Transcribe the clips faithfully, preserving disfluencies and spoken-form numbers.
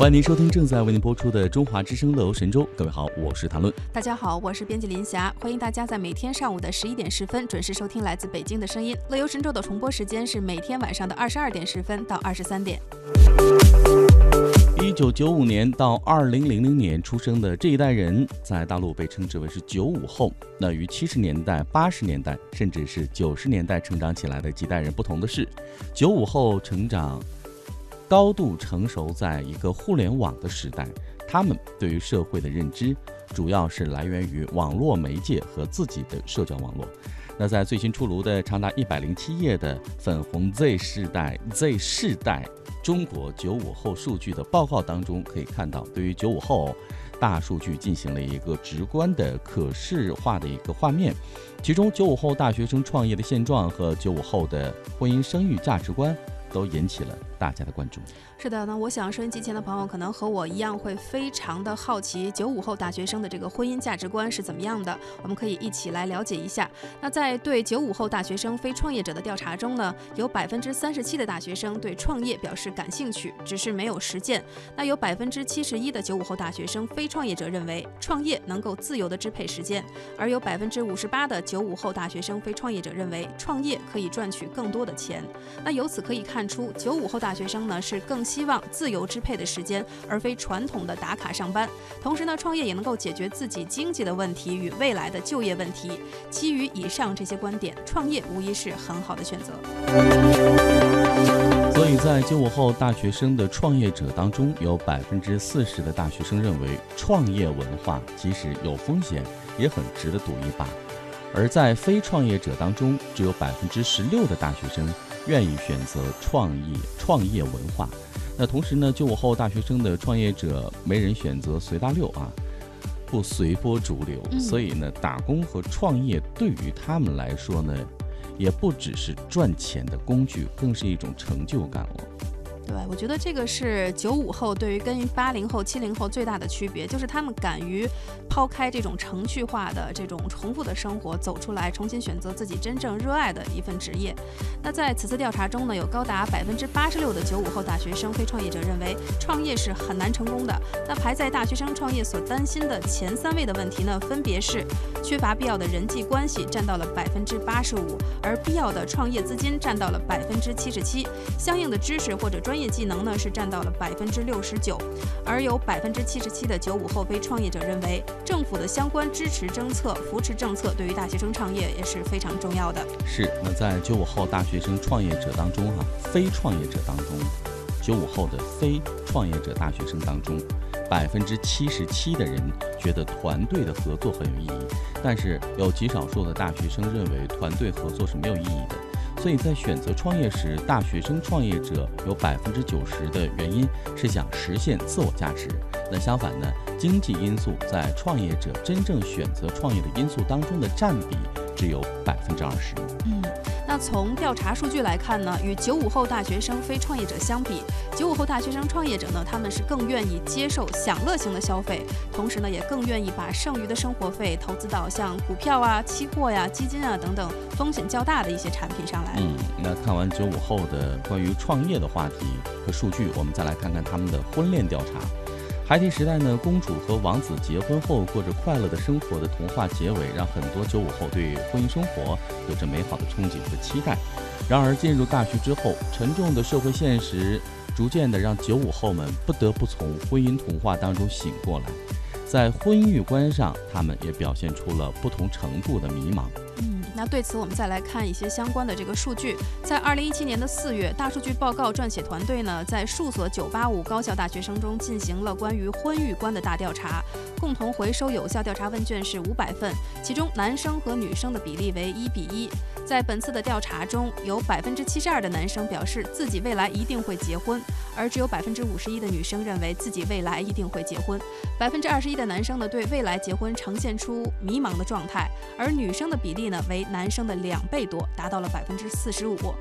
欢迎您收听正在为您播出的中华之声乐游神州。各位好，我是谭论。 大家好，我是编辑林霞。欢迎大家在每天上午的十一点十分准时收听来自北京的声音。乐游神州的重播时间是每天晚上的二十二点十分到二十三点。 一九九五年到二零零零年出生的这一代人，在大陆被称之为是九五后。那与七十年代、八十年代甚至是九十年代成长起来的几代人不同的是，九五后成长高度成熟在一个互联网的时代，他们对于社会的认知主要是来源于网络媒介和自己的社交网络。那在最新出炉的长达一百零七页的粉红 Z 世代 Z 世代中国九五后数据的报告当中，可以看到对于九五后大数据进行了一个直观的可视化的一个画面。其中九五后大学生创业的现状和九五后的婚姻生育价值观都引起了大家的关注。 是的，那我想收音机前的朋友可能和我一样会非常的好奇九五后大学生的这个婚姻价值观是怎么样的，我们可以一起来了解一下。那在对九五后大学生非创业者的调查中呢，有百分之三十七的大学生对创业表示感兴趣，只是没有实践。那有百分之七十一的九五后大学生非创业者认为创业能够自由的支配时间，而有百分之五十八的九五后大学生非创业者认为创业可以赚取更多的钱。那由此可以看出，九五后大学生呢是更希望自由支配的时间，而非传统的打卡上班。同时呢，创业也能够解决自己经济的问题与未来的就业问题。基于以上这些观点，创业无疑是很好的选择。 所以在九五后大学生的创业者当中，有百分之四十的大学生认为创业文化即使有风险，也很值得赌一把。而在非创业者当中，只有百分之十六的大学生愿意选择创业创业文化。那同时呢，九五后大学生的创业者没人选择随大流啊，不随波逐流， 嗯、 所以呢，打工和创业对于他们来说呢，也不只是赚钱的工具，更是一种成就感了。 对，我觉得这个是九五后对于跟八零后、七零后最大的区别，就是他们敢于抛开这种程序化的这种重复的生活，走出来重新选择自己真正热爱的一份职业。那在此次调查中呢，有高达百分之八十六的九五后大学生非创业者认为创业是很难成功的。那排在大学生创业所担心的前三位的问题呢，分别是缺乏必要的人际关系占到了百分之八十五，而必要的创业资金占到了百分之七十七，相应的知识或者专业技能呢是占到了百分之六十九，而有百分之七十七的九五后非创业者认为，政府的相关支持政策、扶持政策对于大学生创业也是非常重要的。 是，那在九五后大学生创业者当中哈、啊，非创业者当中，九五后的非创业者大学生当中，百分之七十七的人觉得团队的合作很有意义，但是有极少数的大学生认为团队合作是没有意义的。所以在选择创业时，大学生创业者有百分之九十的原因是想实现自我价值。那相反呢，经济因素在创业者真正选择创业的因素当中的占比只有百分之二十。 嗯。那从调查数据来看呢，与九五后大学生非创业者相比，九五后大学生创业者呢，他们是更愿意接受享乐型的消费，同时呢，也更愿意把剩余的生活费投资到像股票啊、期货呀、基金啊等等风险较大的一些产品上来。 嗯，那看完九五后的关于创业的话题和数据，我们再来看看他们的婚恋调查。孩提时代呢，公主和王子结婚后过着快乐的生活的童话结尾，让很多九五后对婚姻生活有着美好的憧憬和期待。然而进入大学之后，沉重的社会现实逐渐的让九五后们不得不从婚姻童话当中醒过来，在婚育观上，他们也表现出了不同程度的迷茫。 嗯，那对此我们再来看一些相关的这个数据。在二零一七年的四月，大数据报告撰写团队呢，在数所九八五高校大学生中进行了关于婚育观的大调查，共同回收有效调查问卷是五百份，其中男生和女生的比例为一比一。在本次的调查中，有百分之七十二的男生表示自己未来一定会结婚，而只有百分之五十一的女生认为自己未来一定会结婚。百分之二十一的男生呢，对未来结婚呈现出迷茫的状态，而女生的比例呢为男生的两倍多，达到了百分之四十五。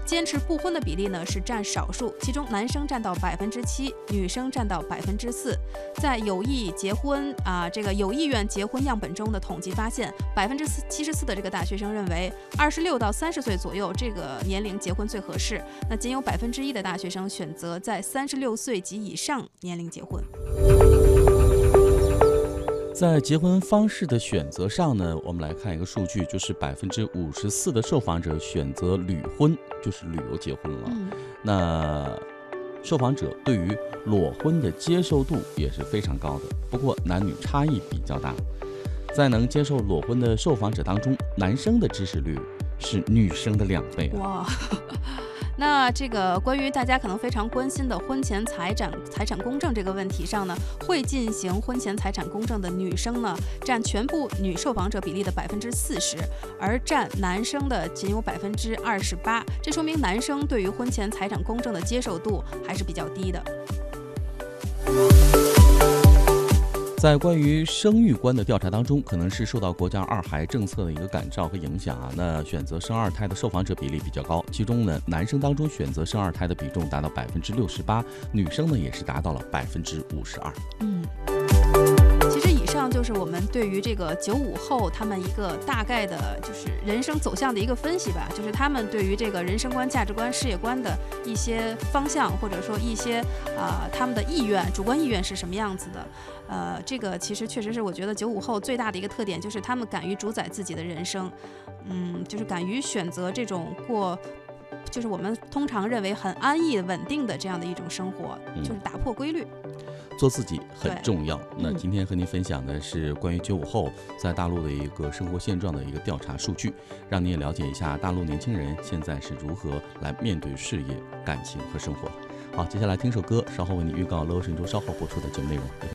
坚持不婚的比例呢是占少数，其中男生占到百分之七，女生占到百分之四。在有意结婚啊，这个有意愿结婚样本中的统计发现，百分之七十四的这个大学生认为，二十六到三十岁左右这个年龄结婚最合适。那仅有百分之一的大学生选择在三十六岁及以上年龄结婚。 在结婚方式的选择上呢，我们来看一个数据，就是百分之五十四的受访者选择旅婚，就是旅游结婚了。 嗯、 那受访者对于裸婚的接受度也是非常高的，不过男女差异比较大。在能接受裸婚的受访者当中，男生的支持率是女生的两倍啊！ 哇。那这个关于大家可能非常关心的婚前财产财产公证这个问题上呢，会进行婚前财产公证的女生呢，占全部女受访者比例的百分之四十，而占男生的仅有百分之二十八。这说明男生对于婚前财产公证的接受度还是比较低的。 在关于生育观的调查当中，可能是受到国家二孩政策的一个感召和影响啊，那选择生二胎的受访者比例比较高，其中呢，男生当中选择生二胎的比重达到百分之六十八，女生呢也是达到了百分之五十二。 嗯。其实以上就是我们对于这个九五后他们一个大概的就是人生走向的一个分析吧，就是他们对于这个人生观、价值观、事业观的一些方向，或者说一些啊、呃、他们的意愿、主观意愿是什么样子的。呃，这个其实确实是我觉得九五后最大的一个特点，就是他们敢于主宰自己的人生，嗯，就是敢于选择这种过。就是我们通常认为很安逸稳定的这样的一种生活， 嗯、 就是打破规律， 做自己很重要。那嗯、 今天和您分享的是关于九五后在大陆的一个生活现状的一个调查数据，让你也了解一下大陆年轻人现在是如何来面对事业、感情和生活。好，接下来听首歌，稍后为你预告乐游神州稍后播出的节目内容。